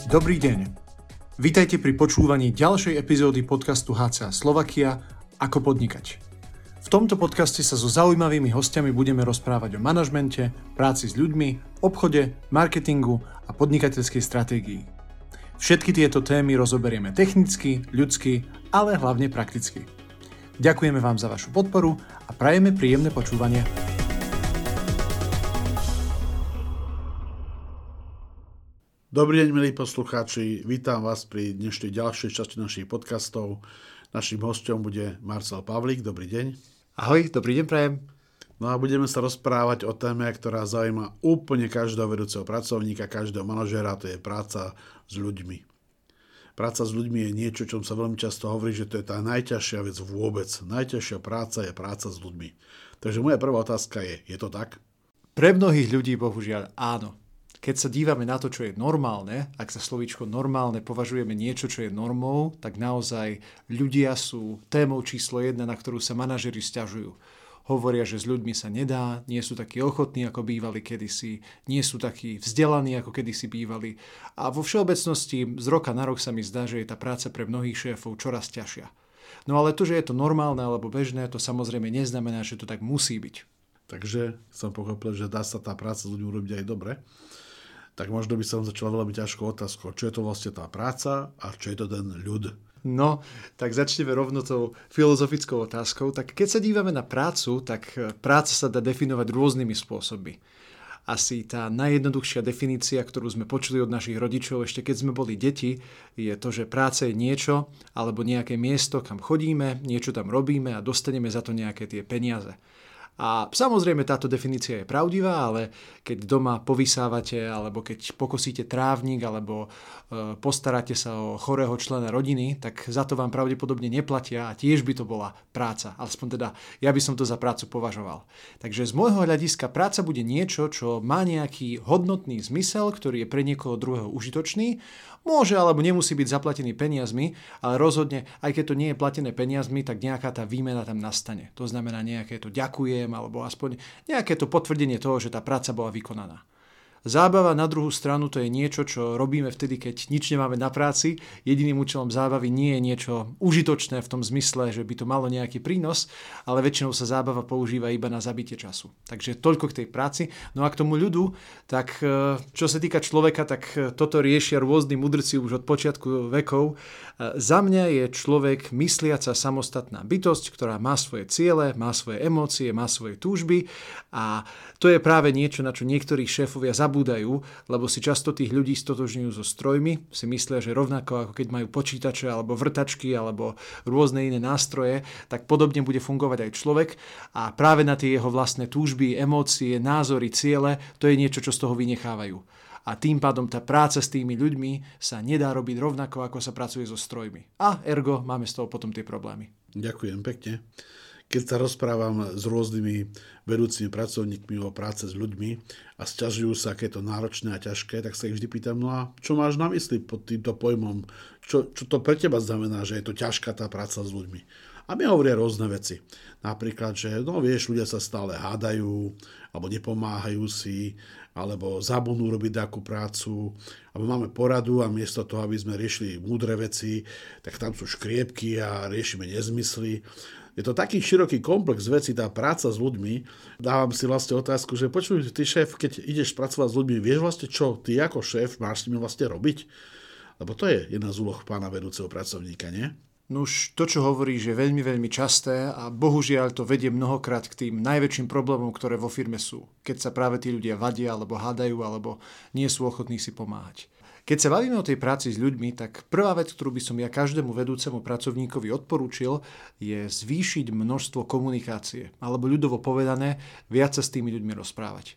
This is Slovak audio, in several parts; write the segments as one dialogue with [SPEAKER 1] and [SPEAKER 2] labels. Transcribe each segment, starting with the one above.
[SPEAKER 1] Dobrý deň. Vítajte pri počúvaní ďalšej epizódy podcastu HCA Slovakia Ako podnikať. V tomto podcaste sa so zaujímavými hostiami budeme rozprávať o manažmente, práci s ľuďmi, obchode, marketingu a podnikateľskej stratégii. Všetky tieto témy rozoberieme technicky, ľudsky, ale hlavne prakticky. Ďakujeme vám za vašu podporu a prajeme príjemné počúvanie.
[SPEAKER 2] Dobrý deň, milí poslucháči, vítam vás pri dnešnej ďalšej časti našich podcastov. Naším hosťom bude Marcel Pavlík, dobrý deň.
[SPEAKER 3] Ahoj, dobrý deň prajem.
[SPEAKER 2] No a budeme sa rozprávať o téme, ktorá zaujíma úplne každého vedúceho pracovníka, každého manažéra, to je práca s ľuďmi. Práca s ľuďmi je niečo, čom sa veľmi často hovorí, že to je tá najťažšia vec vôbec. Najťažšia práca je práca s ľuďmi. Takže moja prvá otázka je to tak?
[SPEAKER 3] Pre mnohých ľudí bohužiaľ áno. Keď sa dívame na to, čo je normálne, ak sa slovíčko normálne považujeme niečo, čo je normou, tak naozaj ľudia sú témou číslo 1, na ktorú sa manažeri sťažujú. Hovoria, že s ľuďmi sa nedá, nie sú takí ochotní, ako bývali kedysi, nie sú takí vzdelaní, ako kedysi bývali. A vo všeobecnosti z roka na rok sa mi zdá, že je tá práca pre mnohých šéfov čoraz ťažšia. No ale to, že je to normálne alebo bežné, to samozrejme neznamená, že to tak musí byť.
[SPEAKER 2] Takže som pochopil, že dá sa tá práca s ľuďmi urobiť aj dobre. Tak možno by som začal veľmi ťažkou otázkou. Čo je to vlastne tá práca a čo je to ten ľud?
[SPEAKER 3] No, tak začneme rovno tou filozofickou otázkou. Tak keď sa dívame na prácu, tak práca sa dá definovať rôznymi spôsobmi. Asi tá najjednoduchšia definícia, ktorú sme počuli od našich rodičov ešte keď sme boli deti, je to, že práca je niečo alebo nejaké miesto, kam chodíme, niečo tam robíme a dostaneme za to nejaké tie peniaze. A samozrejme táto definícia je pravdivá, ale keď doma povysávate, alebo keď pokosíte trávnik, alebo postaráte sa o chorého člena rodiny, tak za to vám pravdepodobne neplatia a tiež by to bola práca. Aspoň teda ja by som to za prácu považoval. Takže z môjho hľadiska práca bude niečo, čo má nejaký hodnotný zmysel, ktorý je pre niekoho druhého užitočný. Môže alebo nemusí byť zaplatený peniazmi, ale rozhodne, aj keď to nie je platené peniazmi, tak nejaká tá výmena tam nastane. To znamená nejaké to ďakujem, alebo aspoň nejaké to potvrdenie toho, že tá práca bola vykonaná. Zábava na druhú stranu to je niečo, čo robíme vtedy, keď nič nemáme na práci. Jediným účelom zábavy nie je niečo užitočné v tom zmysle, že by to malo nejaký prínos, ale väčšinou sa zábava používa iba na zabitie času. Takže toľko k tej práci. No a k tomu ľudu, tak čo sa týka človeka, tak toto riešia rôzni mudrci už od počiatku vekov. Za mňa je človek mysliaca samostatná bytosť, ktorá má svoje ciele, má svoje emócie, má svoje túžby a to je práve niečo, na čo niektorí šéfovia zabúdajú, lebo si často tých ľudí stotožňujú so strojmi, si myslia, že rovnako ako keď majú počítače alebo vrtačky alebo rôzne iné nástroje, tak podobne bude fungovať aj človek a práve na tie jeho vlastné túžby, emócie, názory, ciele, to je niečo, čo z toho vynechávajú. A tým pádom tá práca s tými ľuďmi sa nedá robiť rovnako, ako sa pracuje so strojmi. A ergo máme z toho potom tie problémy.
[SPEAKER 2] Ďakujem pekne. Keď sa rozprávam s rôznymi vedúcimi pracovníkmi o práce s ľuďmi a sťažujú sa, aké je to náročné a ťažké, tak sa ich vždy pýtam, no a čo máš na mysli pod týmto pojmom? Čo to pre teba znamená, že je to ťažká tá práca s ľuďmi? A mi hovoria rôzne veci. Napríklad, že vieš, ľudia sa stále hádajú, alebo nepomáhajú si, alebo zabudnú robiť takú prácu, alebo máme poradu a miesto toho, aby sme riešili múdre veci, tak tam sú škriepky a riešime nezmysly. Je to taký široký komplex vecí, tá práca s ľuďmi. Dávam si vlastne otázku, že počuj, ty šéf, keď ideš pracovať s ľuďmi, vieš vlastne čo ty ako šéf máš s nimi vlastne robiť? Lebo to je jedna z úloh pána vedúceho pracovníka, nie?
[SPEAKER 3] No už to, čo hovoríš, je veľmi, veľmi časté a bohužiaľ to vedie mnohokrát k tým najväčším problémom, ktoré vo firme sú. Keď sa práve tí ľudia vadia, alebo hádajú, alebo nie sú ochotní si pomáhať. Keď sa bavíme o tej práci s ľuďmi, tak prvá vec, ktorú by som ja každému vedúcemu pracovníkovi odporúčil, je zvýšiť množstvo komunikácie, alebo ľudovo povedané, viac sa s tými ľuďmi rozprávať.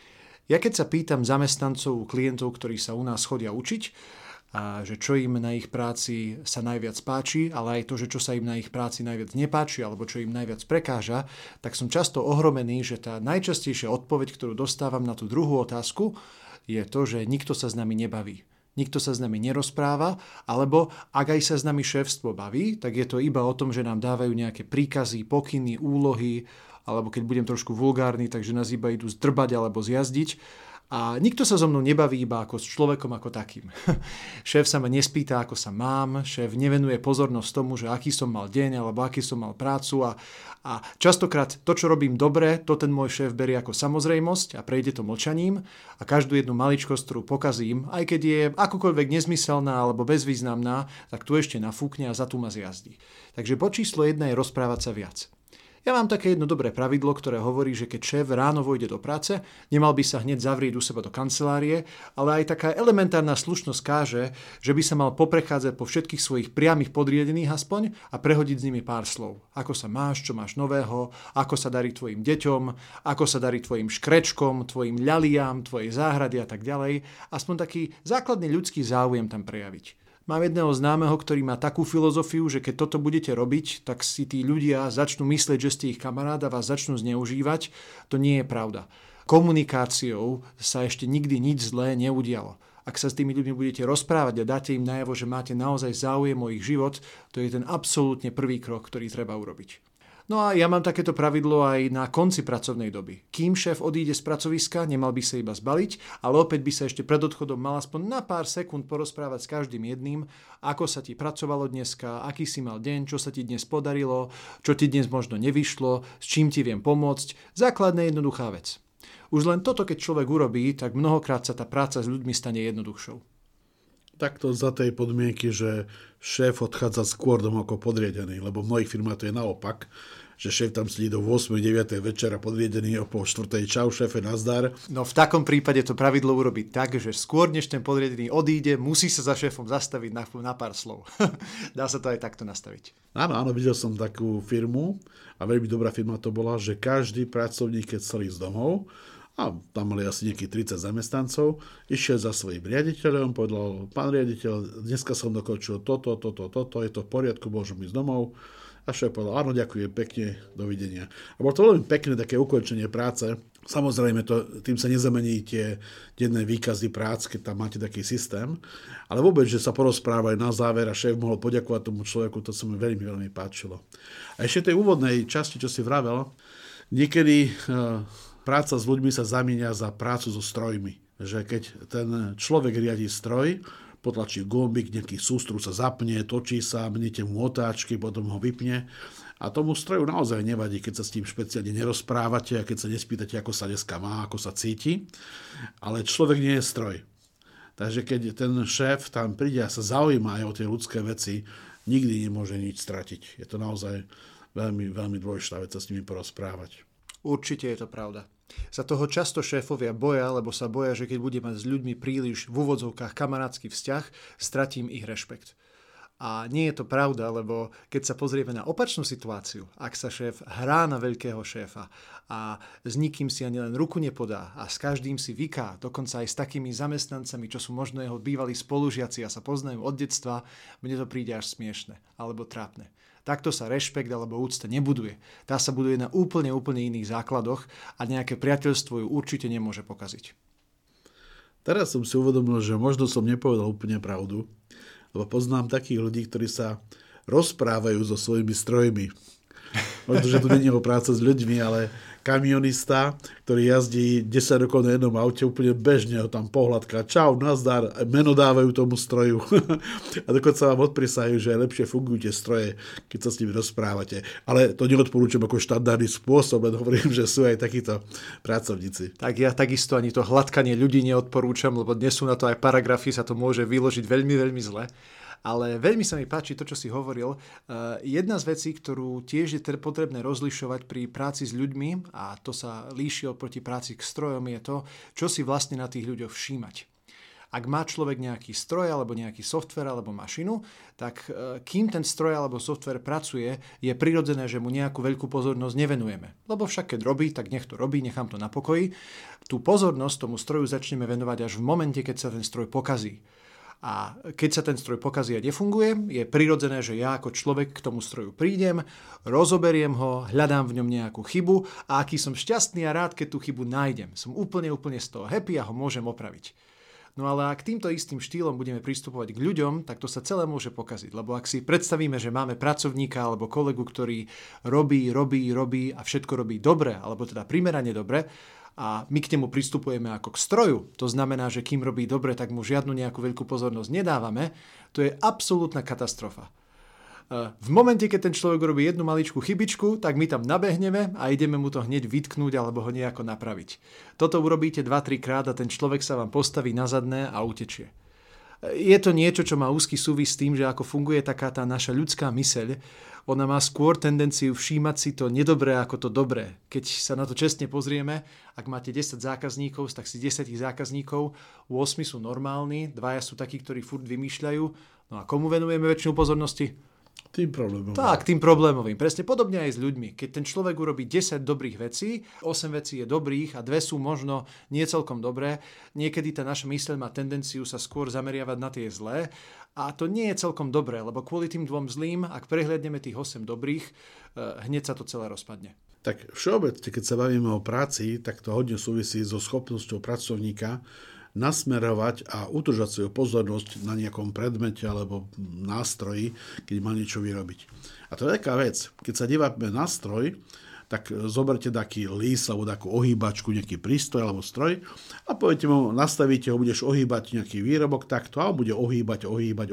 [SPEAKER 3] Ja keď sa pýtam zamestnancov, klientov, ktorí sa u nás chodia učiť, a že čo im na ich práci sa najviac páči, ale aj to, že čo sa im na ich práci najviac nepáči alebo čo im najviac prekáža, tak som často ohromený, že tá najčastejšia odpoveď, ktorú dostávam na tú druhú otázku, je to, že nikto sa s nami nebaví. Nikto sa s nami nerozpráva, alebo ak aj sa s nami šéfstvo baví, tak je to iba o tom, že nám dávajú nejaké príkazy, pokyny, úlohy, alebo keď budem trošku vulgárny, takže nás iba idú zdrbať alebo zjazdiť. A nikto sa so mnou nebaví iba ako s človekom ako takým. Šéf sa ma nespýta, ako sa mám, šéf nevenuje pozornosť tomu, že aký som mal deň alebo aký som mal prácu a častokrát to, čo robím dobre, to ten môj šéf berie ako samozrejmosť a prejde to mlčaním a každú jednu maličkosť, ktorú pokazím, aj keď je akokoľvek nezmyselná alebo bezvýznamná, tak tu ešte nafúkne a za tu ma zjazdí. Takže bod číslo 1 je rozprávať sa viac. Ja mám také jedno dobré pravidlo, ktoré hovorí, že keď šéf ráno vojde do práce, nemal by sa hneď zavrieť u seba do kancelárie, ale aj taká elementárna slušnosť káže, že by sa mal poprechádzať po všetkých svojich priamych podriadených aspoň a prehodiť s nimi pár slov. Ako sa máš, čo máš nového, ako sa darí tvojim deťom, ako sa darí tvojim škrečkom, tvojim ľaliam, tvojej záhrady a tak ďalej. Aspoň taký základný ľudský záujem tam prejaviť. Mám jedného známeho, ktorý má takú filozofiu, že keď toto budete robiť, tak si tí ľudia začnú myslieť, že ste ich kamarát a vás začnú zneužívať. To nie je pravda. Komunikáciou sa ešte nikdy nič zlé neudialo. Ak sa s tými ľuďmi budete rozprávať a dáte im najavo, že máte naozaj záujem o ich život, to je ten absolútne prvý krok, ktorý treba urobiť. No a ja mám takéto pravidlo aj na konci pracovnej doby. Kým šéf odíde z pracoviska, nemal by sa iba zbaliť, ale opäť by sa ešte pred odchodom mal aspoň na pár sekúnd porozprávať s každým jedným, ako sa ti pracovalo dneska, aký si mal deň, čo sa ti dnes podarilo, čo ti dnes možno nevyšlo, s čím ti viem pomôcť. Základná jednoduchá vec. Už len toto, keď človek urobí, tak mnohokrát sa tá práca s ľuďmi stane jednoduchšou.
[SPEAKER 2] Takto za tej podmienky, že šéf odchádza skôr domov ako podriadený, lebo v mnohých firmách to je naopak, že šéf tam sedí do 8-9 večera podriadený o pol 4. Čau šéfe, nazdar.
[SPEAKER 3] No v takom prípade to pravidlo urobiť tak, že skôr než ten podriadený odíde, musí sa za šéfom zastaviť na pár slov. Dá sa to aj takto nastaviť.
[SPEAKER 2] Áno, videl som takú firmu a veľmi dobrá firma to bola, že každý pracovník, keď chcel ísť domov, a tam mali asi nejakých 30 zamestnancov, išiel za svojím riaditeľom, povedal, pán riaditeľ, dneska som dokončil toto, je to v poriadku, môžem ísť domov. A šéf povedal, áno, ďakujem, pekne, dovidenia. A bolo to veľmi pekné také ukončenie práce. Samozrejme, tým sa nezamení tie denné výkazy prác, keď tam máte taký systém, ale vôbec, že sa porozprávali na záver a šéf mohol poďakovať tomu človeku, to sa mi veľmi, veľmi páčilo. A ešte tej úvodnej časti, čo si vravel, niekedy práca s ľuďmi sa zamieňa za prácu so strojmi. Že keď ten človek riadí stroj, potlačí gombík, nejaký sústroj sa zapne, točí sa, mnete mu otáčky, potom ho vypne. A tomu stroju naozaj nevadí, keď sa s tým špeciálne nerozprávate a keď sa nespýtate, ako sa dneska má, ako sa cíti. Ale človek nie je stroj. Takže keď ten šéf tam príde a sa zaujíma aj o tie ľudské veci, nikdy nemôže nič stratiť. Je to naozaj veľmi, veľmi dôležitá vec sa s nimi porozprávať.
[SPEAKER 3] Určite je to pravda. Sa toho často šéfovia boja, lebo sa boja, že keď bude mať s ľuďmi príliš v úvodzovkách kamarátsky vzťah, stratím ich rešpekt. A nie je to pravda, lebo keď sa pozrieme na opačnú situáciu, ak sa šéf hrá na veľkého šéfa a s nikým si ani len ruku nepodá a s každým si vyká, dokonca aj s takými zamestnancami, čo sú možno jeho bývalí spolužiaci a sa poznajú od detstva, mne to príde až smiešne alebo trápne. Takto sa rešpekt alebo úcta nebuduje. Tá sa buduje na úplne iných základoch a nejaké priateľstvo ju určite nemôže pokaziť.
[SPEAKER 2] Teraz som si uvedomil, že možno som nepovedal úplne pravdu, lebo poznám takých ľudí, ktorí sa rozprávajú so svojimi strojmi. Možno, že tu nie je o práca s ľuďmi, ale kamionista, ktorý jazdí 10 rokov na jednom aute, úplne bežne ho tam pohľadká. Čau, nazdar, meno dávajú tomu stroju. A dokonca vám odprisajú, že lepšie fungujú tie stroje, keď sa s nimi rozprávate. Ale to neodporúčam ako štandardný spôsob, len hovorím, že sú aj takíto pracovníci.
[SPEAKER 3] Tak ja takisto ani to hladkanie ľudí neodporúčam, lebo dnes sú na to aj paragrafy, sa to môže vyložiť veľmi zle. Ale veľmi sa mi páči to, čo si hovoril. Jedna z vecí, ktorú tiež je potrebné rozlišovať pri práci s ľuďmi, a to sa líši oproti práci k strojom, je to, čo si vlastne na tých ľuďoch všímať. Ak má človek nejaký stroj, alebo nejaký software, alebo mašinu, tak kým ten stroj alebo software pracuje, je prirodzené, že mu nejakú veľkú pozornosť nevenujeme. Lebo však keď robí, tak nech to robí, nechám to na pokoji. Tú pozornosť tomu stroju začneme venovať až v momente, keď sa ten stroj pokazí. A keď sa ten stroj pokazí a nefunguje, je prirodzené, že ja ako človek k tomu stroju prídem, rozoberiem ho, hľadám v ňom nejakú chybu a aký som šťastný a rád, keď tú chybu nájdem. Som úplne z toho happy a ho môžem opraviť. No ale ak týmto istým štýlom budeme pristupovať k ľuďom, tak to sa celé môže pokaziť. Lebo ak si predstavíme, že máme pracovníka alebo kolegu, ktorý robí a všetko robí dobre, alebo teda primerane dobre, a my k nemu pristupujeme ako k stroju, to znamená, že kým robí dobre, tak mu žiadnu nejakú veľkú pozornosť nedávame, to je absolútna katastrofa. V momente, keď ten človek robí jednu maličkú chybičku, tak my tam nabehneme a ideme mu to hneď vytknúť alebo ho nejako napraviť. Toto urobíte 2-3 krát a ten človek sa vám postaví na zadné a utečie. Je to niečo, čo má úzky súvis s tým, že ako funguje taká tá naša ľudská myseľ. Ona má skôr tendenciu všímať si to nedobré ako to dobré. Keď sa na to čestne pozrieme, ak máte 10 zákazníkov, tak si 10 zákazníkov, 8 sú normálni, 2 sú takí, ktorí furt vymýšľajú. No a komu venujeme väčšinu pozornosti?
[SPEAKER 2] Tým problémovým.
[SPEAKER 3] Tak, tým problémovým. Presne podobne aj s ľuďmi. Keď ten človek urobí 10 dobrých vecí, 8 vecí je dobrých a 2 sú možno nie celkom dobré, niekedy tá naša myseľ má tendenciu sa skôr zameriavať na tie zlé a to nie je celkom dobré, lebo kvôli tým 2 zlým, ak prehliadneme tých 8 dobrých, hneď sa to celé rozpadne. Tak
[SPEAKER 2] všeobecne, keď sa bavíme o práci, tak to hodne súvisí so schopnosťou pracovníka nasmerovať a udržať svoju pozornosť na nejakom predmete alebo nástroji, keď má niečo vyrobiť. A to je taká vec. Keď sa dívame na stroj, tak zoberte taký list alebo takú ohýbačku, nejaký prístroj alebo stroj a poviete mu, nastavíte ho, budeš ohýbať nejaký výrobok takto a bude ohýbať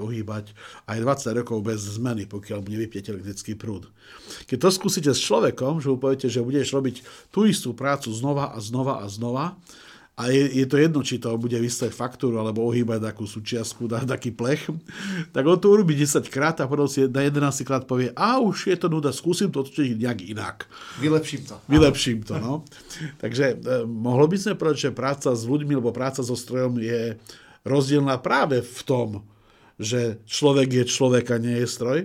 [SPEAKER 2] aj 20 rokov bez zmeny, pokiaľ nevypnete elektrický prúd. Keď to skúsite s človekom, že mu poviete, že budeš robiť tú istú prácu znova a znova, a je to jedno, či to bude vystavať faktúru, alebo ohýbať takú súčiastku, taký plech, tak on to urobí 10 krát a potom si na 11 krát povie, už je to nuda, skúsim to otočiť nejak inak. Vylepším to, no. Takže mohlo by sme povedať, že práca s ľuďmi, alebo práca so strojom je rozdielna práve v tom, že človek je človek a nie je stroj?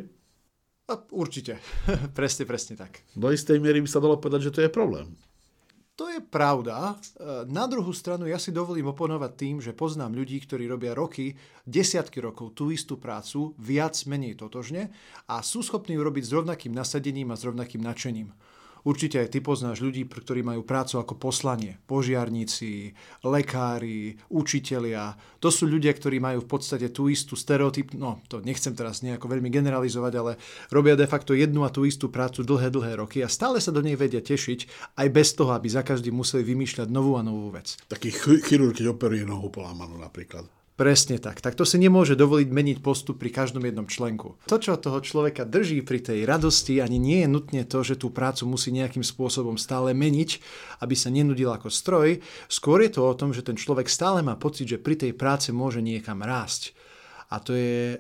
[SPEAKER 3] Určite. presne tak.
[SPEAKER 2] Do istej miery by sa dalo povedať, že to je problém.
[SPEAKER 3] To je pravda. Na druhú stranu ja si dovolím oponovať tým, že poznám ľudí, ktorí robia roky, desiatky rokov tú istú prácu, viac menej totožne a sú schopní urobiť s rovnakým nasadením a s rovnakým nadšením. Určite aj ty poznáš ľudí, ktorí majú prácu ako poslanie. Požiarníci, lekári, učitelia. To sú ľudia, ktorí majú v podstate tú istú stereotyp. No, to nechcem teraz nejako veľmi generalizovať, ale robia de facto jednu a tú istú prácu dlhé roky a stále sa do nej vedia tešiť, aj bez toho, aby za každým museli vymýšľať novú a novú vec.
[SPEAKER 2] Taký chirurg, keď operuje nohu polámanú napríklad.
[SPEAKER 3] Presne tak. Tak to si nemôže dovoliť meniť postup pri každom jednom členku. To, čo toho človeka drží pri tej radosti, ani nie je nutne to, že tú prácu musí nejakým spôsobom stále meniť, aby sa nenudil ako stroj. Skôr je to o tom, že ten človek stále má pocit, že pri tej práce môže niekam rásť. A to je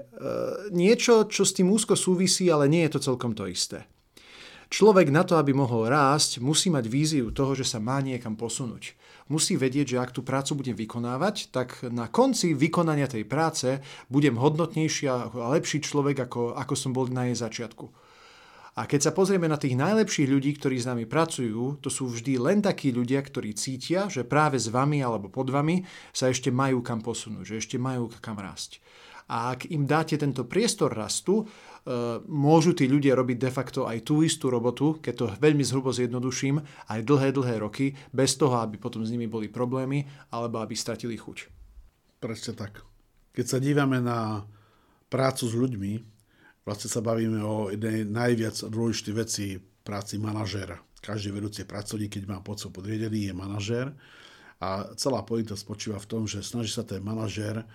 [SPEAKER 3] niečo, čo s tým úzko súvisí, ale nie je to celkom to isté. Človek na to, aby mohol rásť, musí mať víziu toho, že sa má niekam posunúť. Musí vedieť, že ak tú prácu budem vykonávať, tak na konci vykonania tej práce budem hodnotnejší a lepší človek, ako som bol na jej začiatku. A keď sa pozrieme na tých najlepších ľudí, ktorí s nami pracujú, to sú vždy len takí ľudia, ktorí cítia, že práve s vami alebo pod vami sa ešte majú kam posunúť, že ešte majú kam rásť. A ak im dáte tento priestor rastu, môžu tí ľudia robiť de facto aj tú istú robotu, keď to veľmi zhrubo zjednoduším, aj dlhé roky, bez toho, aby potom s nimi boli problémy, alebo aby stratili chuť.
[SPEAKER 2] Presne tak. Keď sa dívame na prácu s ľuďmi, vlastne sa bavíme o jednej najviac dôležitej veci práci manažéra. Každý vedúci pracovník, keď má pod sebou podriadený, je manažér. A celá pointa spočíva v tom, že snaží sa ten manažér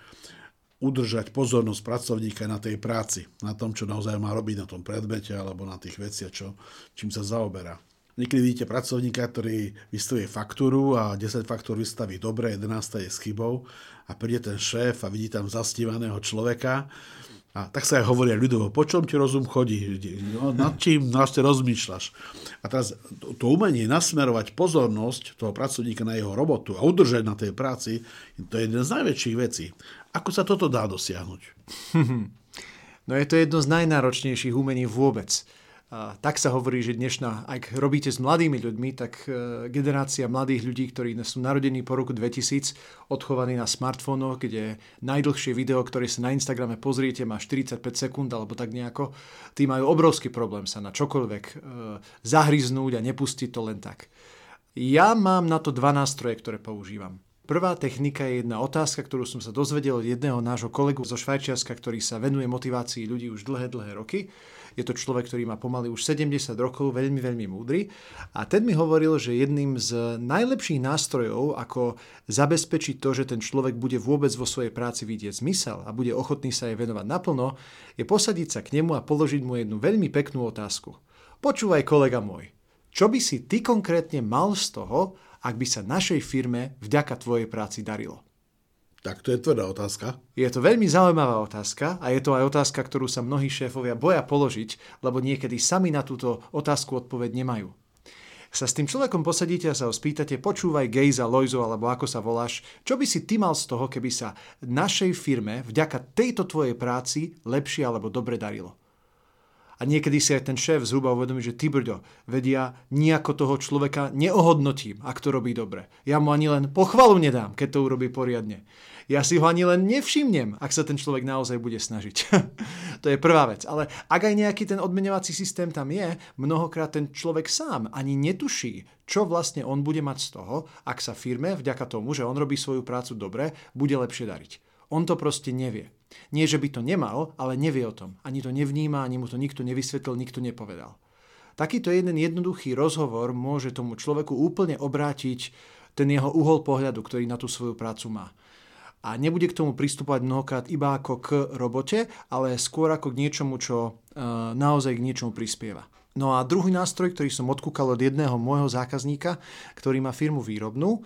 [SPEAKER 2] udržať pozornosť pracovníka na tej práci, na tom, čo naozaj má robiť na tom predmete alebo na tých veciach, čím sa zaoberá. Niekedy vidíte pracovníka, ktorý vystavuje faktúru a 10 faktúr vystaví dobre, 11 je s chybou a príde ten šéf a vidí tam zastívaného človeka a tak sa aj hovoria ľudovo, po čom ti rozum chodí, nad čím vlastne rozmýšľaš. A teraz to umenie nasmerovať pozornosť toho pracovníka na jeho robotu a udržať na tej práci, to je jeden z najväčších vecí. Ako sa toto dá dosiahnuť?
[SPEAKER 3] No je to jedno z najnáročnejších umení vôbec. Tak sa hovorí, že ak robíte s mladými ľuďmi, tak generácia mladých ľudí, ktorí sú narodení po roku 2000, odchovaní na smartfónoch, kde najdlhšie video, ktoré sa na Instagrame pozriete, má 45 sekúnd alebo tak nejako, tí majú obrovský problém sa na čokoľvek zahryznúť a nepustiť to len tak. Ja mám na to 2 nástroje, ktoré používam. Prvá technika je jedna otázka, ktorú som sa dozvedel od jedného nášho kolegu zo Švajčiarska, ktorý sa venuje motivácii ľudí už dlhé roky. Je to človek, ktorý má pomaly už 70 rokov, veľmi múdry. A ten mi hovoril, že jedným z najlepších nástrojov, ako zabezpečiť to, že ten človek bude vôbec vo svojej práci vidieť zmysel a bude ochotný sa jej venovať naplno, je posadiť sa k nemu a položiť mu jednu veľmi peknú otázku. Počúvaj, kolega môj, čo by si ty konkrétne mal z toho, ak by sa našej firme vďaka tvojej práci darilo?
[SPEAKER 2] Tak to je tvrdá otázka.
[SPEAKER 3] Je to veľmi zaujímavá otázka a je to aj otázka, ktorú sa mnohí šéfovia boja položiť, lebo niekedy sami na túto otázku odpoveď nemajú. Sa s tým človekom posadíte a sa ho spýtate, počúvaj Gejza, Lojzo, alebo ako sa voláš, čo by si ty mal z toho, keby sa našej firme vďaka tejto tvojej práci lepšie alebo dobre darilo? A niekedy si aj ten šéf zhruba uvedomí, že ty brďo, vedia, nejako toho človeka neohodnotím, ak to robí dobre. Ja mu ani len pochvalu nedám, keď to urobí poriadne. Ja si ho ani len nevšimnem, ak sa ten človek naozaj bude snažiť. To je prvá vec. Ale ak aj nejaký ten odmeňovací systém tam je, mnohokrát ten človek sám ani netuší, čo vlastne on bude mať z toho, ak sa firme, vďaka tomu, že on robí svoju prácu dobre, bude lepšie dariť. On to proste nevie. Nie, že by to nemal, ale nevie o tom. Ani to nevníma, ani mu to nikto nevysvetlil, nikto nepovedal. Takýto jeden jednoduchý rozhovor môže tomu človeku úplne obrátiť ten jeho uhol pohľadu, ktorý na tú svoju prácu má. A nebude k tomu pristupovať mnohokrát iba ako k robote, ale skôr ako k niečomu, čo naozaj k niečomu prispieva. No a druhý nástroj, ktorý som odkúkal od jedného môjho zákazníka, ktorý má firmu výrobnú,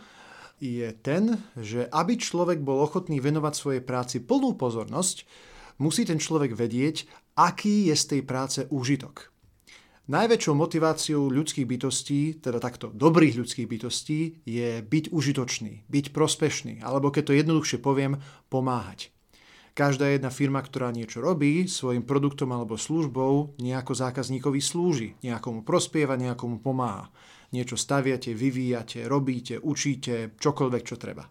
[SPEAKER 3] je ten, že aby človek bol ochotný venovať svojej práci plnú pozornosť, musí ten človek vedieť, aký je z tej práce úžitok. Najväčšou motiváciou ľudských bytostí, teda takto dobrých ľudských bytostí, je byť užitočný, byť prospešný, alebo keď to jednoduchšie poviem, pomáhať. Každá jedna firma, ktorá niečo robí, svojim produktom alebo službou nejako zákazníkovi slúži, nejakomu prospieva, nejakomu pomáha. Niečo staviate, vyvíjate, robíte, učíte, čokoľvek, čo treba.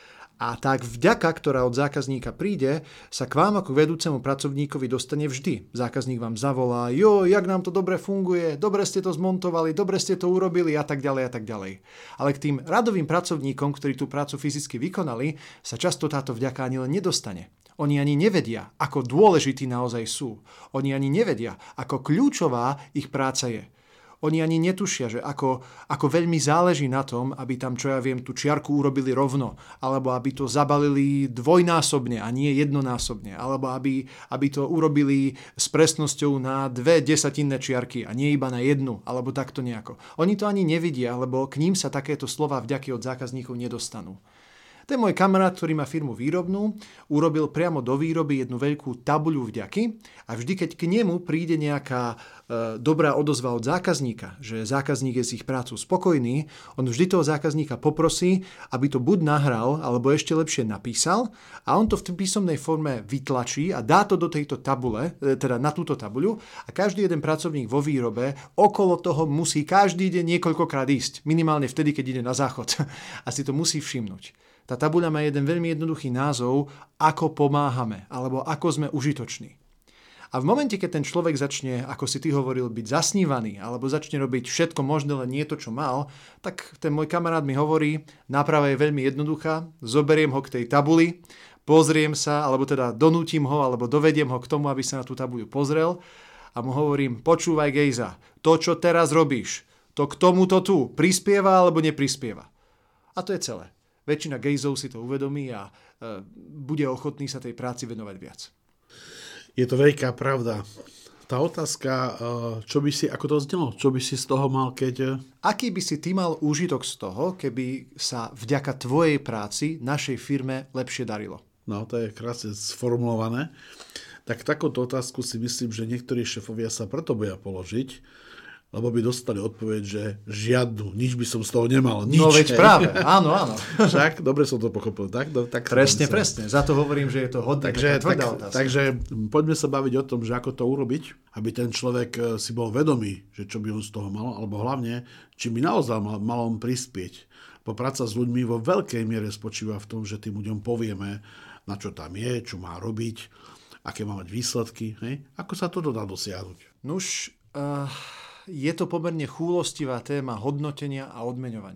[SPEAKER 3] A tak vďaka, ktorá od zákazníka príde, sa k vám ako vedúcemu pracovníkovi dostane vždy. Zákazník vám zavolá, jak nám to dobre funguje, dobre ste to zmontovali, dobre ste to urobili a tak ďalej a tak ďalej. Ale k tým radovým pracovníkom, ktorí tú prácu fyzicky vykonali, sa často táto vďaka ani len nedostane. Oni ani nevedia, ako dôležití naozaj sú. Oni ani nevedia, ako kľúčová ich práca je. Oni ani netušia, že ako veľmi záleží na tom, aby tam, čo ja viem, tú čiarku urobili rovno, alebo aby to zabalili dvojnásobne a nie jednonásobne, alebo aby to urobili s presnosťou na 2 desatinné čiarky a nie iba na jednu, alebo takto nejako. Oni to ani nevidia, lebo k ním sa takéto slova vďaky od zákazníkov nedostanú. Ten môj kamarát, ktorý má firmu výrobnú, urobil priamo do výroby jednu veľkú tabuľu vďaky a vždy, keď k nemu príde nejaká dobrá odozva od zákazníka, že zákazník je s ich prácou spokojný, on vždy toho zákazníka poprosí, aby to buď nahral, alebo ešte lepšie napísal a on to v písomnej forme vytlačí a dá to do tejto tabule, teda na túto tabuľu a každý jeden pracovník vo výrobe okolo toho musí každý deň niekoľkokrát ísť, minimálne vtedy, keď ide na záchod a si to musí všimnúť. Tá tabuľa má jeden veľmi jednoduchý názov, ako pomáhame, alebo ako sme užitoční. A v momente, keď ten človek začne, ako si ty hovoril, byť zasnívaný, alebo začne robiť všetko možné, len nie to, čo mal, tak ten môj kamarát mi hovorí, náprava je veľmi jednoduchá, zoberiem ho k tej tabuli, pozriem sa, alebo teda donútim ho, alebo dovediem ho k tomu, aby sa na tú tabuľu pozrel a mu hovorím, počúvaj Gejza, to, čo teraz robíš, to k tomuto tu prispieva alebo neprispieva. A to je celé. Väčšina gejzov si to uvedomí a bude ochotný sa tej práci venovať viac.
[SPEAKER 2] Je to veľká pravda. Tá otázka, čo by si, ako to znelo, čo by si z toho mal, keď...
[SPEAKER 3] Aký by si ty mal úžitok z toho, keby sa vďaka tvojej práci našej firme lepšie darilo?
[SPEAKER 2] No, to je krásne sformulované. Tak takúto otázku si myslím, že niektorí šefovia sa preto boja položiť, lebo by dostali odpoveď, že žiadnu, nič by som z toho nemal. Nič,
[SPEAKER 3] no veď práve, áno.
[SPEAKER 2] Však, dobre som to pochopil. Tak
[SPEAKER 3] presne. Za to hovorím, že je to hodné.
[SPEAKER 2] Takže poďme sa baviť o tom, že ako to urobiť, aby ten človek si bol vedomý, že čo by on z toho mal, alebo hlavne, či by naozaj mal on prispieť. Bo práca s ľuďmi vo veľkej miere spočíva v tom, že tým ľuďom povieme, na čo tam je, čo má robiť, aké má mať výsledky. Hej? Ako sa toto dá dosiahnuť?
[SPEAKER 3] Nuž... Je to pomerne chúlostivá téma hodnotenia a odmeňovania.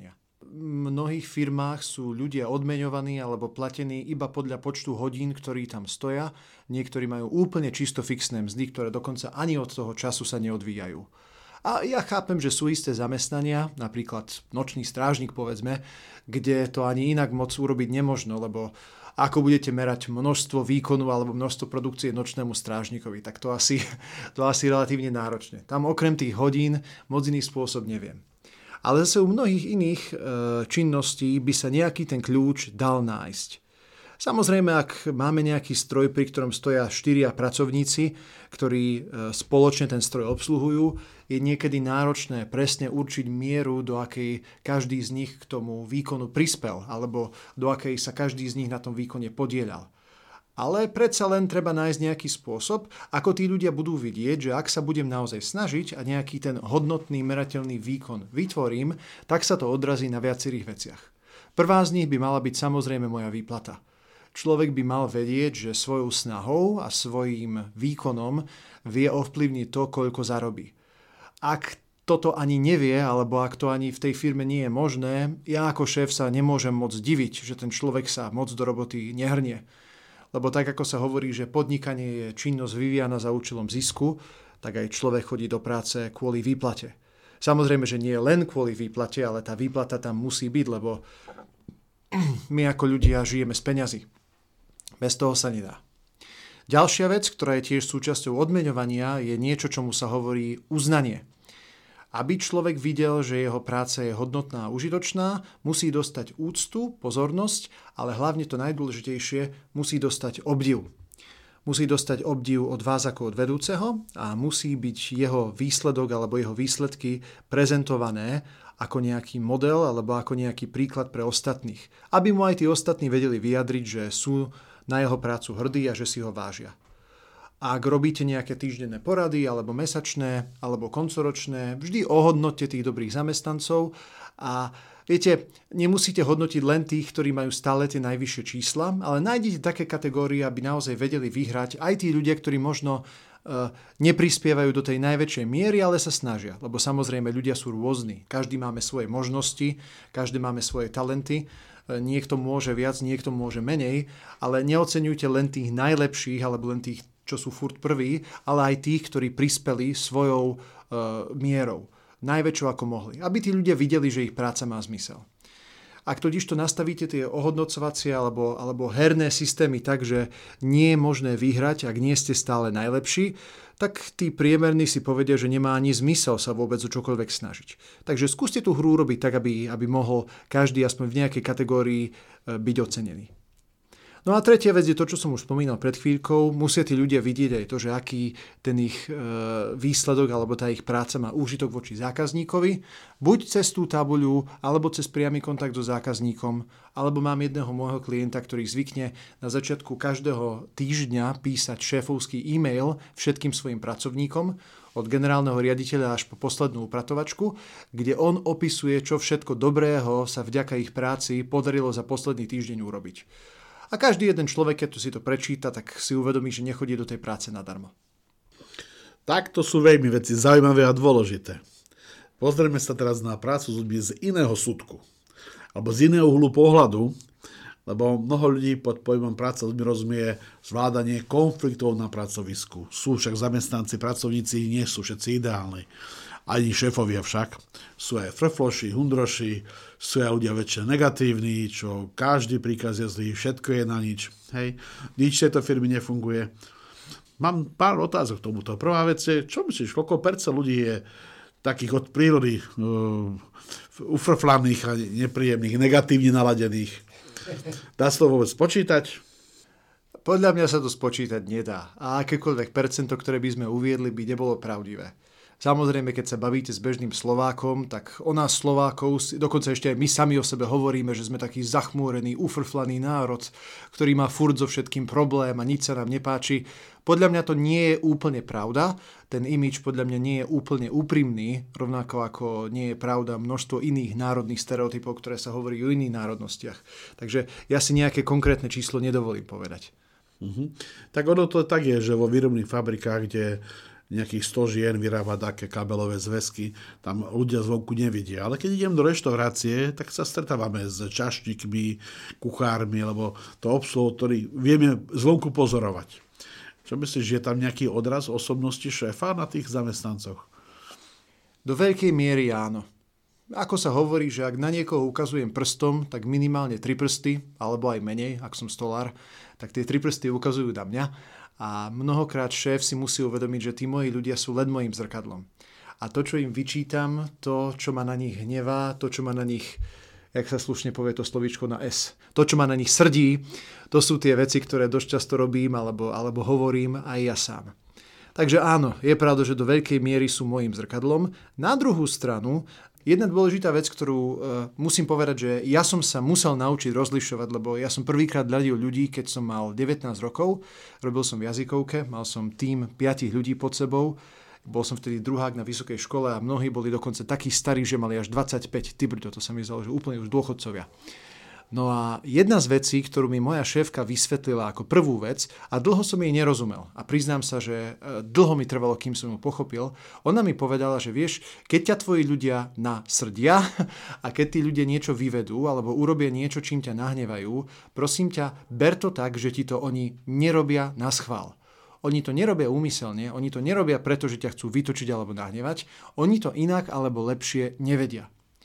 [SPEAKER 3] mnohých firmách sú ľudia odmeňovaní alebo platení iba podľa počtu hodín, ktorí tam stoja. Niektorí majú úplne čisto fixné mzdy, ktoré dokonca ani od toho času sa neodvíjajú. A ja chápem, že sú isté zamestnania, napríklad nočný strážnik, povedzme, kde to ani inak moc urobiť nemožno, lebo ako budete merať množstvo výkonu alebo množstvo produkcie nočnému strážnikovi, tak to asi relatívne náročne. Tam okrem tých hodín moc iný spôsob neviem. Ale zase u mnohých iných činností by sa nejaký ten kľúč dal nájsť. Samozrejme, ak máme nejaký stroj, pri ktorom stoja 4 pracovníci, ktorí spoločne ten stroj obsluhujú, je niekedy náročné presne určiť mieru, do akej každý z nich k tomu výkonu prispel, alebo do akej sa každý z nich na tom výkone podieľal. Ale predsa len treba nájsť nejaký spôsob, ako tí ľudia budú vidieť, že ak sa budem naozaj snažiť a nejaký ten hodnotný, merateľný výkon vytvorím, tak sa to odrazí na viacerých veciach. Prvá z nich by mala byť samozrejme moja výplata. Človek by mal vedieť, že svojou snahou a svojím výkonom vie ovplyvniť to, koľko zarobí. Ak toto ani nevie, alebo ak to ani v tej firme nie je možné, ja ako šéf sa nemôžem moc diviť, že ten človek sa moc do roboty nehrnie. Lebo tak, ako sa hovorí, že podnikanie je činnosť vyvíjana za účelom zisku, tak aj človek chodí do práce kvôli výplate. Samozrejme, že nie len kvôli výplate, ale tá výplata tam musí byť, lebo my ako ľudia žijeme z peňazí. Bez toho sa nedá. Ďalšia vec, ktorá je tiež súčasťou odmeňovania, je niečo, čomu sa hovorí uznanie. Aby človek videl, že jeho práca je hodnotná a užitočná, musí dostať úctu, pozornosť, ale hlavne to najdôležitejšie, musí dostať obdiv. Musí dostať obdiv od vás ako od vedúceho a musí byť jeho výsledok alebo jeho výsledky prezentované ako nejaký model alebo ako nejaký príklad pre ostatných. Aby mu aj tí ostatní vedeli vyjadriť, že sú na jeho prácu hrdí a že si ho vážia. Ak robíte nejaké týždenné porady, alebo mesačné, alebo koncoročné, vždy ohodnoťte tých dobrých zamestnancov a viete, nemusíte hodnotiť len tých, ktorí majú stále tie najvyššie čísla, ale nájdete také kategórie, aby naozaj vedeli vyhrať aj tí ľudia, ktorí možno neprispievajú do tej najväčšej miery, ale sa snažia. Lebo samozrejme ľudia sú rôzni. Každý máme svoje možnosti, každý máme svoje talenty. Niekto môže viac, niekto môže menej, ale neoceňujte len tých najlepších alebo len tých, čo sú furt prví, ale aj tých, ktorí prispeli svojou mierou. Najväčšou ako mohli. Aby tí ľudia videli, že ich práca má zmysel. Ak totiž to nastavíte tie ohodnocovacie alebo herné systémy tak, že nie je možné vyhrať, ak nie ste stále najlepší, tak tí priemerní si povedia, že nemá ani zmysel sa vôbec o čokoľvek snažiť. Takže skúste tú hru robiť tak, aby mohol každý aspoň v nejakej kategórii byť ocenený. No a tretia vec je to, čo som už spomínal pred chvíľkou. Musia tí ľudia vidieť aj to, že aký ten ich výsledok alebo tá ich práca má úžitok voči zákazníkovi. Buď cez tú tabuľu, alebo cez priamy kontakt so zákazníkom, alebo mám jedného môjho klienta, ktorý zvykne na začiatku každého týždňa písať šéfovský e-mail všetkým svojim pracovníkom, od generálneho riaditeľa až po poslednú upratovačku, kde on opisuje, čo všetko dobrého sa vďaka ich práci podarilo za posledný týždeň urobiť. A každý jeden človek, keď si to prečíta, tak si uvedomí, že nechodí do tej práce nadarmo.
[SPEAKER 2] Takto sú veľmi veci zaujímavé a dôležité. Pozrieme sa teraz na prácu s ľuďmi z iného súdku, alebo z iného uhlu pohľadu, lebo mnoho ľudí pod pojmom práca s ľuďmi rozumie zvládanie konfliktov na pracovisku. Sú však zamestnanci, pracovníci, nie sú všetci ideálni. Ani šéfovia však. Sú aj frfloši, hundroši, sú aj ľudia väčšie negatívni, čo každý príkaz je zlý, všetko je na nič. Hej, nič tejto firmy nefunguje. Mám pár otázok k tomuto. Prvá vec je, čo myslíš, koľko percent ľudí je takých od prírody ufrflaných a nepríjemných, negatívne naladených? Dá sa to vôbec spočítať?
[SPEAKER 3] Podľa mňa sa to spočítať nedá. A akékoľvek percento, ktoré by sme uviedli, by nebolo pravdivé. Samozrejme, keď sa bavíte s bežným Slovákom, tak o nás Slovákov, dokonca ešte aj my sami o sebe hovoríme, že sme taký zachmúrený, ufrflaný národ, ktorý má furt so všetkým problém a nič sa nám nepáči. Podľa mňa to nie je úplne pravda. Ten imidž podľa mňa nie je úplne úprimný, rovnako ako nie je pravda množstvo iných národných stereotypov, ktoré sa hovorí o iných národnostiach. Takže ja si nejaké konkrétne číslo nedovolím povedať.
[SPEAKER 2] Tak ono to tak je, že vo výrobných fabrikách, kde nejakých 100 žien vyrába také kabelové zväzky, tam ľudia zvonku nevidia. Ale keď idem do reštaurácie, tak sa stretávame s čašníkmi, kuchármi, lebo to obsluhu, ktorý vieme zvonku pozorovať. Čo myslíš, že je tam nejaký odraz osobnosti šéfa na tých zamestnancoch?
[SPEAKER 3] Do veľkej miery áno. Ako sa hovorí, že ak na niekoho ukazujem prstom, tak minimálne 3 prsty, alebo aj menej, ak som stolár, tak tie 3 prsty ukazujú na mňa. A mnohokrát šéf si musí uvedomiť, že tí moji ľudia sú len mojím zrkadlom. A to, čo im vyčítam, to, čo ma na nich hnevá, to, čo ma na nich, jak sa slušne povie to slovíčko na S, to, čo ma na nich srdí, to sú tie veci, ktoré dosť často robím alebo hovorím aj ja sám. Takže áno, je pravda, že do veľkej miery sú mojím zrkadlom. Na druhú stranu, jedna dôležitá vec, ktorú musím povedať, že ja som sa musel naučiť rozlišovať, lebo ja som prvýkrát hľadil ľudí, keď som mal 19 rokov, robil som v jazykovke, mal som tím 5 ľudí pod sebou, bol som vtedy druhák na vysokej škole a mnohí boli dokonca takí starí, že mali až 25, to sa mi zdalo, že úplne už dôchodcovia. No a jedna z vecí, ktorú mi moja šéfka vysvetlila ako prvú vec, a dlho som jej nerozumel, a priznám sa, že dlho mi trvalo, kým som ju pochopil, ona mi povedala, že vieš, keď ťa tvoji ľudia nasrdia a keď tí ľudia niečo vyvedú alebo urobia niečo, čím ťa nahnevajú, prosím ťa, ber to tak, že ti to oni nerobia naschvál. Oni to nerobia úmyselne, oni to nerobia preto, že ťa chcú vytočiť alebo nahnevať, oni to inak alebo lepšie nevedia.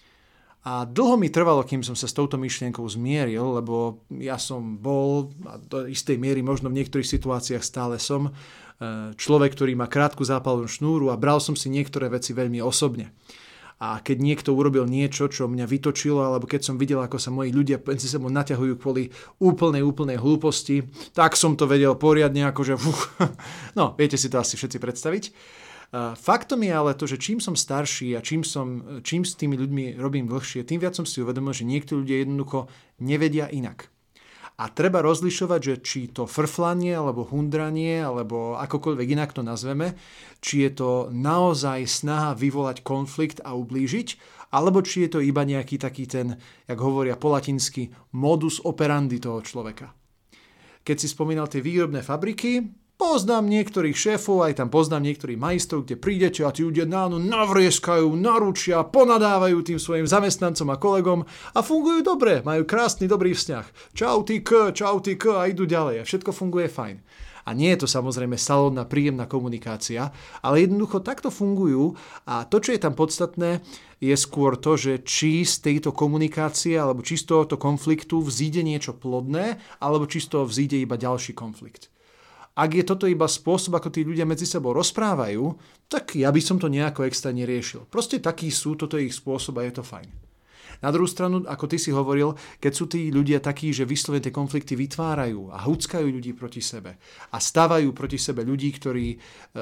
[SPEAKER 3] A dlho mi trvalo, kým som sa s touto myšlienkou zmieril, lebo ja som bol, a do istej miery možno v niektorých situáciách stále som, človek, ktorý má krátku zápalnú šnúru a bral som si niektoré veci veľmi osobne. A keď niekto urobil niečo, čo mňa vytočilo, alebo keď som videl, ako sa moji ľudia medzi sebou naťahujú kvôli úplnej hlúposti, tak som to vedel poriadne, akože no, viete si to asi všetci predstaviť. Faktom je ale to, že čím som starší a čím s tými ľuďmi robím dlhšie, tým viac som si uvedomil, že niektorí ľudia jednoducho nevedia inak. A treba rozlišovať, že či to frflanie, alebo hundranie, alebo akokoľvek inak to nazveme, či je to naozaj snaha vyvolať konflikt a ublížiť, alebo či je to iba nejaký taký ten, jak hovoria po latinsky, modus operandi toho človeka. Keď si spomínal tie výrobné fabriky, poznám niektorých šéfov, aj tam poznám niektorých majstrov, kde prídete a tí ľudia navrieskajú, naručia, ponadávajú tým svojim zamestnancom a kolegom a fungujú dobre, majú krásny, dobrý vzťah. Čau ty k a idú ďalej a všetko funguje fajn. A nie je to samozrejme salónna, príjemná komunikácia, ale jednoducho takto fungujú a to, čo je tam podstatné, je skôr to, že či z tejto komunikácie alebo či z tohoto konfliktu vzíde niečo plodné, alebo či z toho vzíde iba ďalší konflikt. Ak je toto iba spôsob, ako tí ľudia medzi sebou rozprávajú, tak ja by som to nejako extra neriešil. Proste takí sú, toto je ich spôsob a je to fajn. Na druhú stranu, ako ty si hovoril, keď sú tí ľudia takí, že vyslovene tie konflikty vytvárajú a huckajú ľudí proti sebe a stavajú proti sebe ľudí, ktorí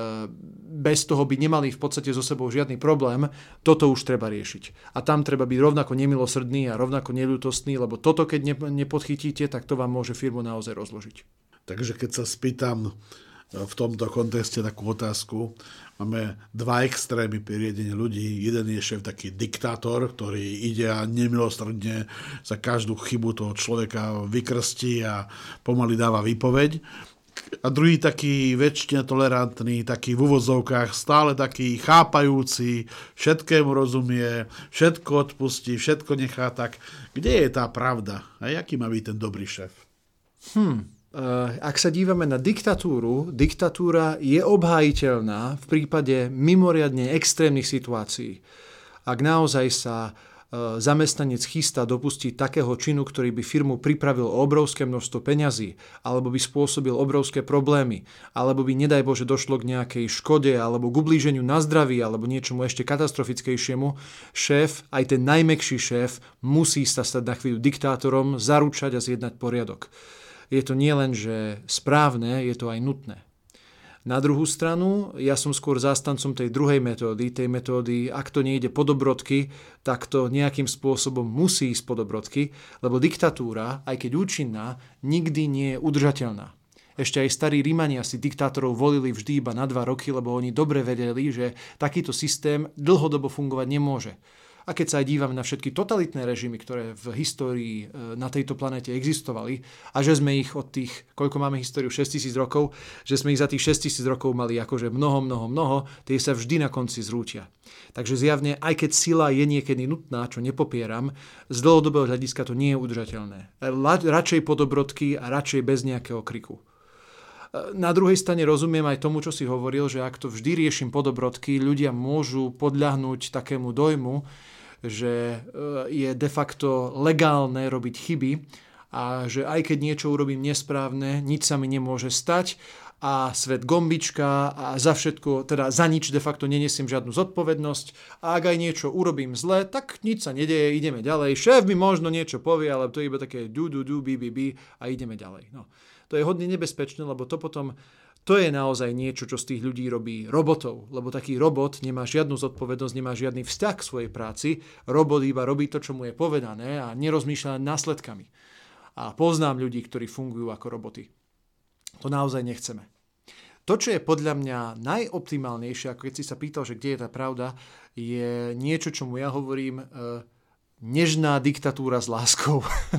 [SPEAKER 3] bez toho by nemali v podstate so sebou žiadny problém, toto už treba riešiť. A tam treba byť rovnako nemilosrdný a rovnako neľútostný, lebo toto, keď nepodchytíte, tak to vám môže firmu naozaj rozložiť.
[SPEAKER 2] Takže keď sa spýtam v tomto kontexte takú otázku, máme dva extrémy pri riadení ľudí. Jeden je šéf taký diktátor, ktorý ide a nemilosrdne za každú chybu toho človeka vykrstí a pomaly dáva výpoveď. A druhý taký väčšine tolerantný, taký v uvozovkách, stále taký chápajúci, všetkému rozumie, všetko odpustí, všetko nechá tak. Kde je tá pravda? A jaký má byť ten dobrý šéf?
[SPEAKER 3] Ak sa dívame na diktatúru, diktatúra je obhájiteľná v prípade mimoriadne extrémnych situácií. Ak naozaj sa zamestnanec chystá dopustiť takého činu, ktorý by firmu pripravil o obrovské množstvo peňazí, alebo by spôsobil obrovské problémy, alebo by, nedaj Bože, došlo k nejakej škode, alebo k ublíženiu na zdraví, alebo niečomu ešte katastrofickejšiemu, šéf, aj ten najmäkší šéf, musí sa stať na chvíľu diktátorom, zaručať a zjednať poriadok. Je to nielen, že správne, je to aj nutné. Na druhú stranu, ja som skôr zástancom tej druhej metódy, tej metódy, ak to nejde po dobrodky, tak to nejakým spôsobom musí ísť po dobrodky, lebo diktatúra, aj keď účinná, nikdy nie je udržateľná. Ešte aj starí Rímania si diktátorov volili vždy iba na 2 roky, lebo oni dobre vedeli, že takýto systém dlhodobo fungovať nemôže. A keď sa aj dívame na všetky totalitné režimy, ktoré v histórii na tejto planete existovali a že sme ich od tých, koľko máme históriu, 6000 rokov, že sme ich za tých 6000 rokov mali akože mnoho, tie sa vždy na konci zrútia. Takže zjavne, aj keď sila je niekedy nutná, čo nepopieram, z dlhodobého hľadiska to nie je udržateľné. Radšej podobrodky a radšej bez nejakého kriku. Na druhej strane rozumiem aj tomu, čo si hovoril, že ak to vždy riešim podobrodky, ľudia môžu podľahnúť takému dojmu, že je de facto legálne robiť chyby a že aj keď niečo urobím nesprávne, nič sa mi nemôže stať a svet gombička a za všetko, teda za nič de facto nenesiem žiadnu zodpovednosť a ak aj niečo urobím zle, tak nič sa nedeje, ideme ďalej. Šéf mi možno niečo povie, ale to je iba také bi a ideme ďalej. No. To je hodne nebezpečné, lebo to je naozaj niečo, čo z tých ľudí robí robotov. Lebo taký robot nemá žiadnu zodpovednosť, nemá žiadny vzťah k svojej práci. Robot iba robí to, čo mu je povedané a nerozmýšľa nad následkami. A poznám ľudí, ktorí fungujú ako roboty. To naozaj nechceme. To, čo je podľa mňa najoptimálnejšie, ako keď si sa pýtal, že kde je tá pravda, je niečo, čomu ja hovorím nežná diktatúra s láskou.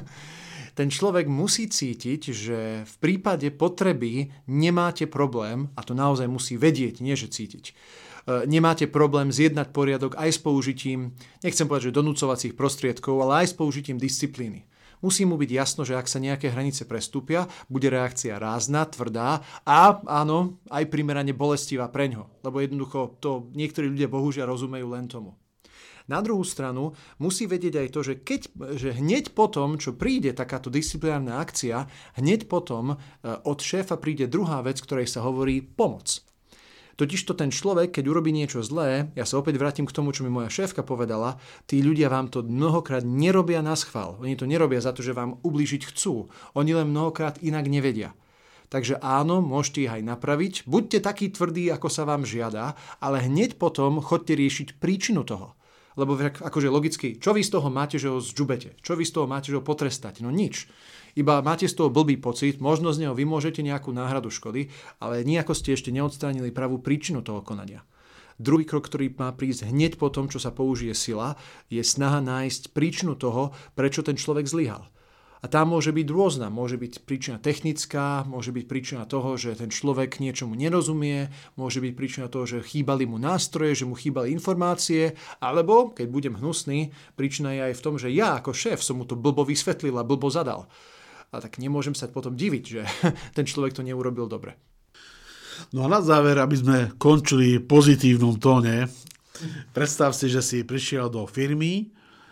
[SPEAKER 3] Ten človek musí cítiť, že v prípade potreby nemáte problém, a to naozaj musí vedieť, nie že cítiť, nemáte problém zjednať poriadok aj s použitím, nechcem povedať, že donúcovacích prostriedkov, ale aj s použitím disciplíny. Musí mu byť jasno, že ak sa nejaké hranice prestúpia, bude reakcia rázna, tvrdá a áno, aj primerane bolestivá preňho, lebo jednoducho to niektorí ľudia bohužiaľ rozumejú len tomu. Na druhú stranu musí vedieť aj to, že hneď potom, čo príde takáto disciplinárna akcia, hneď potom od šéfa príde druhá vec, ktorej sa hovorí pomoc. Totižto ten človek, keď urobí niečo zlé, ja sa opäť vrátim k tomu, čo mi moja šéfka povedala, tí ľudia vám to mnohokrát nerobia naschvál. Oni to nerobia za to, že vám ublížiť chcú. Oni len mnohokrát inak nevedia. Takže áno, môžete ich aj napraviť, buďte takí tvrdí, ako sa vám žiada, ale hneď potom chodte riešiť príčinu toho. Lebo akože logicky, čo vy z toho máte, že ho zžubete? Čo vy z toho máte, že ho potrestáte? No nič. Iba máte z toho blbý pocit, možno z neho vymôžete nejakú náhradu škody, ale nejako ste ešte neodstránili pravú príčinu toho konania. Druhý krok, ktorý má prísť hneď po tom, čo sa použije sila, je snaha nájsť príčinu toho, prečo ten človek zlyhal. A tá môže byť rôzna. Môže byť príčina technická, môže byť príčina toho, že ten človek niečomu nerozumie, môže byť príčina toho, že chýbali mu nástroje, že mu chýbali informácie, alebo, keď budem hnusný, príčina je aj v tom, že ja ako šéf som mu to blbo vysvetlil a blbo zadal. A tak nemôžem sa potom diviť, že ten človek to neurobil dobre.
[SPEAKER 2] No a na záver, aby sme končili v pozitívnom tóne, predstav si, že si prišiel do firmy,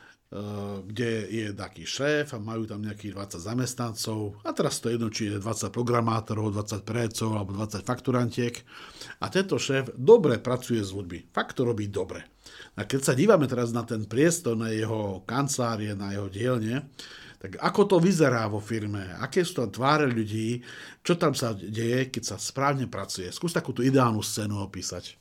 [SPEAKER 2] kde je taký šéf a majú tam nejakých 20 zamestnancov a teraz to jedno, či je 20 programátorov, 20 predajcov alebo 20 fakturantiek a tento šéf dobre pracuje s ľuďmi. Fakt to robí dobre. A keď sa dívame teraz na ten priestor, na jeho kancelárie, na jeho dielne, tak ako to vyzerá vo firme, aké sú tam tváre ľudí, čo tam sa deje, keď sa správne pracuje. Skús takúto ideálnu scénu opísať.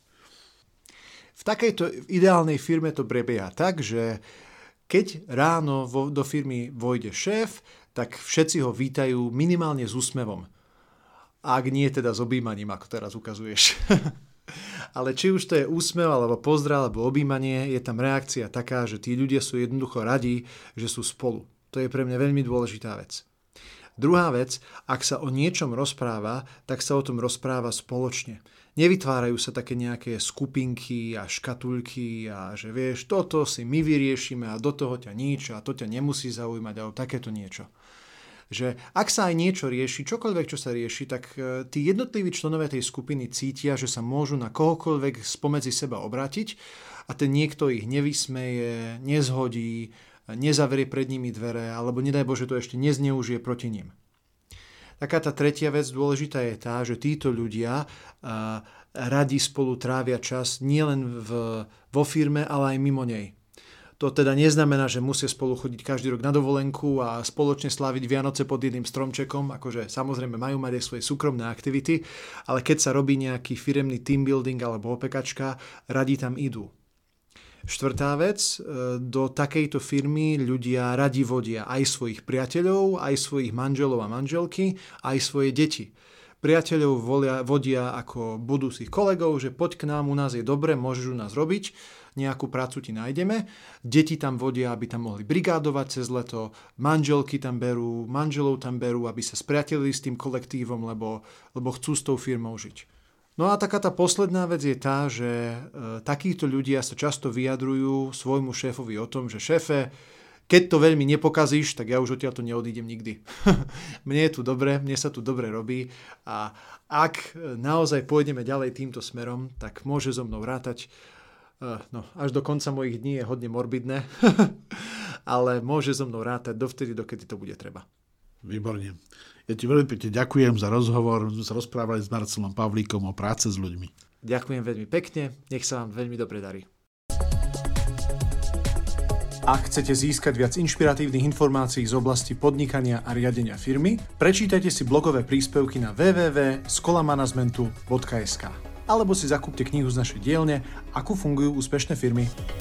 [SPEAKER 3] V takejto ideálnej firme to prebieha tak, že keď ráno do firmy vojde šéf, tak všetci ho vítajú minimálne s úsmevom. Ak nie teda s objímaním, ako teraz ukazuješ. Ale či už to je úsmev, alebo pozdrav, alebo objímanie, je tam reakcia taká, že tí ľudia sú jednoducho radi, že sú spolu. To je pre mňa veľmi dôležitá vec. Druhá vec, ak sa o niečom rozpráva, tak sa o tom rozpráva spoločne. Nevytvárajú sa také nejaké skupinky a škatulky a že vieš, toto si my vyriešime a do toho ťa nič a to ťa nemusí zaujímať alebo takéto niečo. Že ak sa aj niečo rieši, čokoľvek, čo sa rieši, tak tí jednotliví členovia tej skupiny cítia, že sa môžu na kohokoľvek spomedzi seba obrátiť a ten niekto ich nevysmeje, nezhodí, nezavrie pred nimi dvere alebo nedaj Bože to ešte nezneužije proti nim. Taká tá tretia vec dôležitá je tá, že títo ľudia radi spolu trávia čas nielen vo firme, ale aj mimo nej. To teda neznamená, že musia spolu chodiť každý rok na dovolenku a spoločne sláviť Vianoce pod jedným stromčekom, akože samozrejme majú mať aj svoje súkromné aktivity, ale keď sa robí nejaký firemný team building alebo opekačka, radi tam idú. Štvrtá vec, do takejto firmy ľudia radi vodia aj svojich priateľov, aj svojich manželov a manželky, aj svoje deti. Priateľov vodia ako budúcich kolegov, že poď k nám, u nás je dobre, môžeš u nás robiť. nejakú prácu ti nájdeme. Deti tam vodia, aby tam mohli brigádovať cez leto, manželky tam berú, manželov tam berú, aby sa spriatelili s tým kolektívom, lebo chcú s tou firmou žiť. No a taká tá posledná vec je tá, že takíto ľudia sa často vyjadrujú svojmu šéfovi o tom, že šéfe, keď to veľmi nepokazíš, tak ja už odtiaľto neodídem nikdy. Mne je tu dobre, mne sa tu dobre robí a ak naozaj pôjdeme ďalej týmto smerom, tak môže so mnou rátať, až do konca mojich dní je hodne morbidné, ale môže so mnou rátať dovtedy, dokedy to bude treba.
[SPEAKER 2] Výborne. Ja ti veľmi pekne ďakujem za rozhovor. Sme sa rozprávali s Marcelom Pavlíkom o práce s ľuďmi.
[SPEAKER 3] Ďakujem veľmi pekne, nech sa vám veľmi dobre darí.
[SPEAKER 1] Ak chcete získať viac inšpiratívnych informácií z oblasti podnikania a riadenia firmy, prečítajte si blogové príspevky na www.skolamanagementu.sk alebo si zakúpte knihu z našej dielne Ako fungujú úspešné firmy.